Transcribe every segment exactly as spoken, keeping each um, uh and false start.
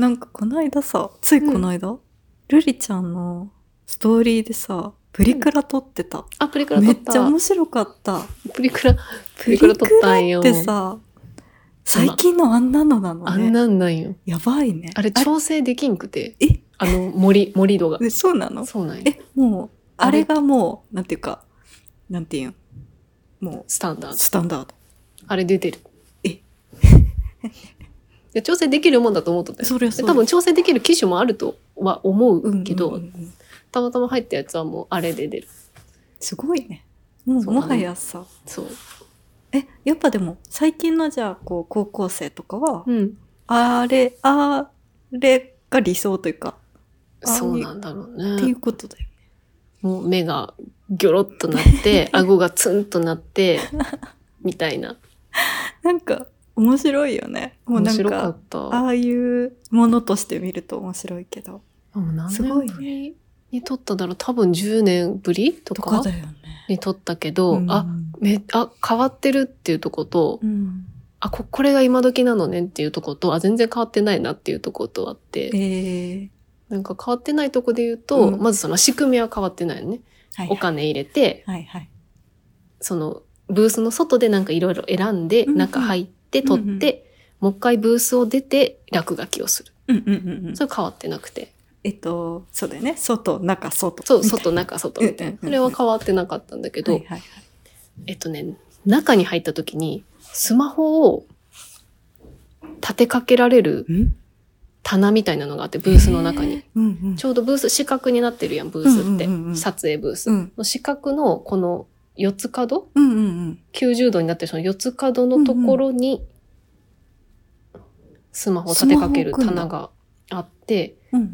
なんかこの間さ、ついこの間、うん、ルリちゃんのストーリーでさ、プリクラ撮ってた。うん、 あ、プリクラ撮った。 めっちゃ面白かった。 プリクラ、プリクラ撮ったんよ。 プリクラってさ、最近のあんなのなのね。 あんなんなんよ。 やばいね。 あれ調整できんくて。 えあの、盛り、盛り度が。 え、そうなの？ そうなんよ。 え、もう、あれがもう、なんていうか、なんていうんもう、 スタンダード。 スタンダード。 あれ出てる。 えで調整できるもんだと思っとったよ。 それはそう。 多分調整できる機種もあるとは思うけど、 うんうんうんうん、 たまたま入ったやつはもうあれで出る。 すごいね。もうもはやさ。 そう。 え、やっぱでも、最近のじゃあ、こう、高校生とかは、 うん、 あれ、あれが理想というか、 そうなんだろうね。 っていうことだよね。 もう目がギョロッとなって、顎がツンとなって、みたいな。 なんか、面白いよね。もうなんか、面白かった。ああいうものとして見ると面白いけど。 もう何年ぶりに撮っただろう、多分じゅうねんぶりとか、とかだよね、に撮ったけど、うん、あ、め、あ、変わってるっていうとこと、うん、あ、こ、これが今時なのねっていうとこと、あ、全然変わってないなっていうとことあって、えー、なんか変わってないとこで言うと、うん、まずその仕組みは変わってないよね。はいはい、お金入れて、はいはい、そのブースの外でなんかいろいろ選んで、うんうん、中入って撮って、うんうん、もう一回ブースを出て落書きをする。うんうんうんうん、それ変わってなくて。 えっと、そうだよね。外、中、外。 そう、外、中、外みたいな。それは変わってなかったんだけど、はいはいはい、えっとね、中に入った時に、スマホを立てかけられる棚みたいなのがあって、ブースの中に。うんうん、ちょうどブース、四角になってるやん、ブースって。うんうんうん、撮影ブース。うん、四角のこの四つ角、うんうんうん、きゅうじゅうどになってるその四つ角のところに、スマホを立てかける棚があって、うんうんうん、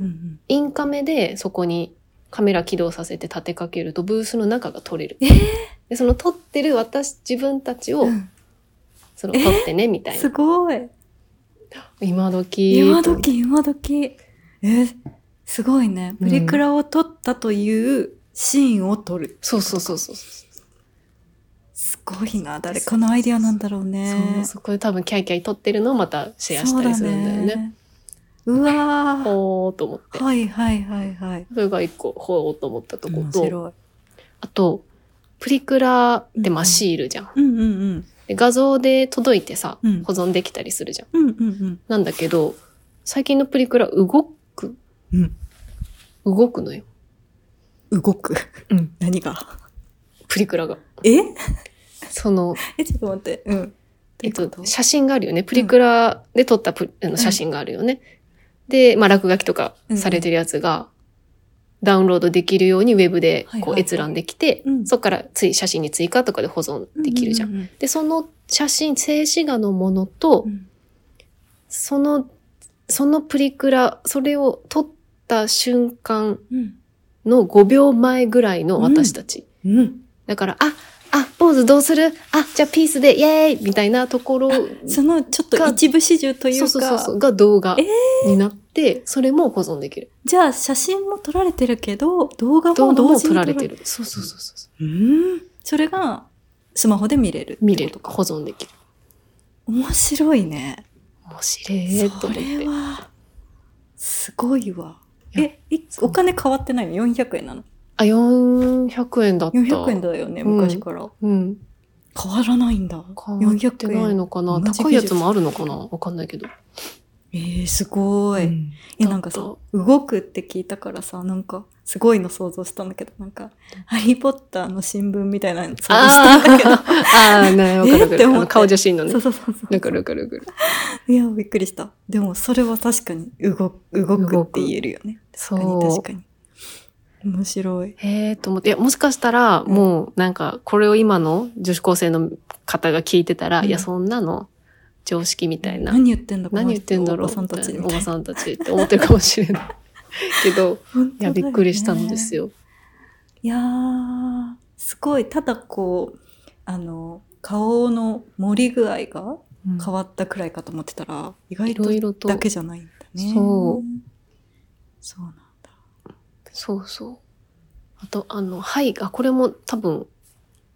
インカメでそこにカメラ起動させて立てかけるとブースの中が撮れる。えー、でその撮ってる私、自分たちを、うん、その撮ってね、みたいな。 すごい。 今時。 今時、今時。え、すごいね。プリクラを撮ったというシーンを撮る。 そうそうそうそう。 すごいな。誰かのアイディアなんだろうね。 そう、そこで多分キャイキャイ撮ってるのをまたシェアしたりするんだよね。 うわー。 ほーと思って。 はいはいはいはい。 それが一個、ほーと思ったとこと。面白い。あと、プリクラってまあシールじゃん。うんうんうん。で画像で届いてさ、うん、保存できたりするじゃん。うんうんうん。なんだけど、最近のプリクラ動く。うん。動くのよ。 動く。うん。何が？ プリクラが。 え？ その、 え、ちょっと待って。うん。 えっと、写真があるよね。プリクラで撮ったプ、うん、あの写真があるよね。で、まあ、落書きとかされてるやつが、ダウンロードできるようにウェブでこう閲覧できて、はいはいはい、そこからつい写真に追加とかで保存できるじゃん。うんうんうん、で、その写真、静止画のものと、うん、その、そのプリクラ、それを撮った瞬間のごびょうまえぐらいの私たち。うんうん、だから、あ、あ、ポーズどうする？あ、じゃあピースでイエーイみたいなところ。 そのちょっと一部始終というか。 そうそうそう。が動画になって、えー、それも保存できる。 じゃあ写真も撮られてるけど、動画も同時に撮られてる。 そうそうそうそう。 うん。それがスマホで見れるってことか。 見れる。保存できる。 面白いね。 面白いと思って。 それは、すごいわ。え、お金変わってないの？ よんひゃくえんなの？ あ、よんひゃくえんだった。 よんひゃくえんだよね、昔から。うん。うん、変わらないんだ。 変わってないのかな？高いやつもあるのかな？わかんないけど。 えー、すごい。うん、え、なんかさ、動くって聞いたからさ、なんか、すごいの想像したんだけど、なんか、ハリーポッターの新聞みたいなの想像したんだけど。 ああ、ね、わかるわかる。顔写真のね。 そうそうそうそう。 わかるわかるわかる。 いや、びっくりした。でも、それは確かに動く、動くって言えるよね。確かに、確かに。面白い。 へえと思って。いや、もしかしたら、もう、なんか、これを今の女子高生の方が聞いてたら、うん、いや、そんなの、常識みたいな。 何言ってんだ何言ってんだろう。 おばさんたち。 おばさんたちって思ってるかもしれない。けど、ね、いや、びっくりしたんですよ。 いやー、すごい。ただこう、あの、顔の盛り具合が変わったくらいかと思ってたら、うん、意外とだけじゃないんだね。 そう。 そうなんだ。 そうそう。あと、あの、はい、あ、これも多分、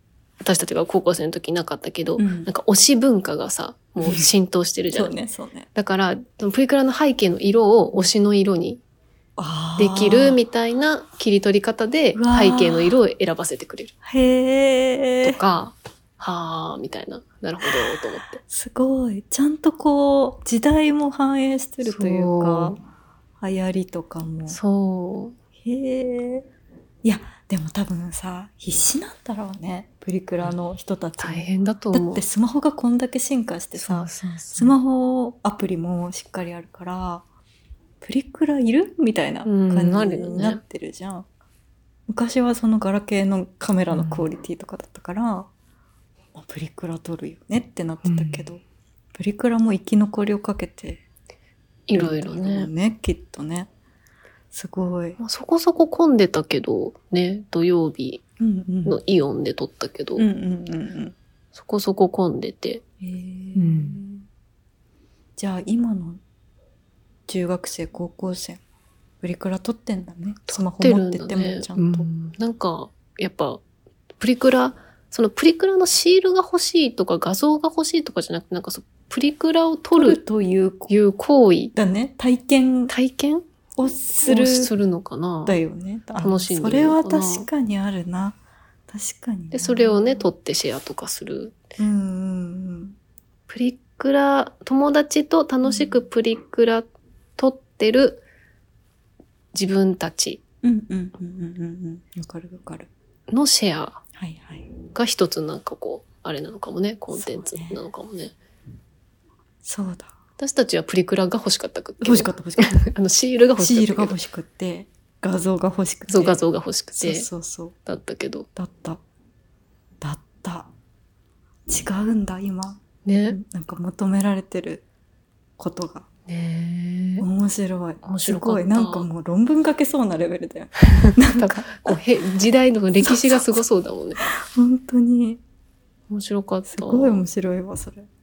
私たちが高校生の時なかったけど、 うん、 なんか推し文化がさ、もう浸透してるじゃん。 そうね、そうね。 だから、プリクラの背景の色を推しの色にできるみたいな切り取り方で背景の色を選ばせてくれる。 へー。 とか、はーみたいな。なるほど、と思って。 すごい。ちゃんとこう、時代も反映してるというか、流行りとかも。 そう。 へー。いや、でも多分さ、必死なんだろうね。プリクラの人たち。 大変だと思う。 だってスマホがこんだけ進化してさ、 そうそうそう、 スマホアプリもしっかりあるから、プリクラいるみたいな感じになってるじゃん。うんね、昔はそのガラケーのカメラのクオリティとかだったから、うん、プリクラ撮るよねってなってたけど、うん、プリクラも生き残りをかけていろいろね。 きっとね。すごい。 そこそこ混んでたけど、ね、土曜日のイオンで撮ったけど、 うんうんうんうん、 そこそこ混んでて。 へー、うん、じゃあ今の中学生、高校生、プリクラ撮ってんだね。スマホ持っててもちゃんと。 うん、なんか、やっぱ、プリクラ、そのプリクラのシールが欲しいとか画像が欲しいとかじゃなくて、なんかそう、プリクラを撮るという行為。 だね。体験。 体験をする。 するのかな。 だよね。 楽しんでるのかな。それは確かにあるな。確かに。 で、それをね、撮ってシェアとかする。 うんうんうん。 プリクラ、友達と楽しくプリクラ撮ってる自分たち。 うんうんうんうんうん。わかるわかる。 のシェアが一つなんかこう、あれなのかもね、コンテンツなのかもね。 そうだ。 私たちはプリクラが欲しかったくって。 欲しかった欲しかった。 あのシールが欲しかった。 シールが欲しくって、画像が欲しくて。 そう、画像が欲しくて。 そうそうそう。 だったけど。 だった。だった。違うんだ、今。 ね。 なんか求められてることが。 ねえ。 面白い。 面白かった。 すごい。なんかもう論文書けそうなレベルだよ。 なんか、こうへ時代の歴史がすごそうだもんね。 本当に。 面白かった。 すごい面白いわ、それ。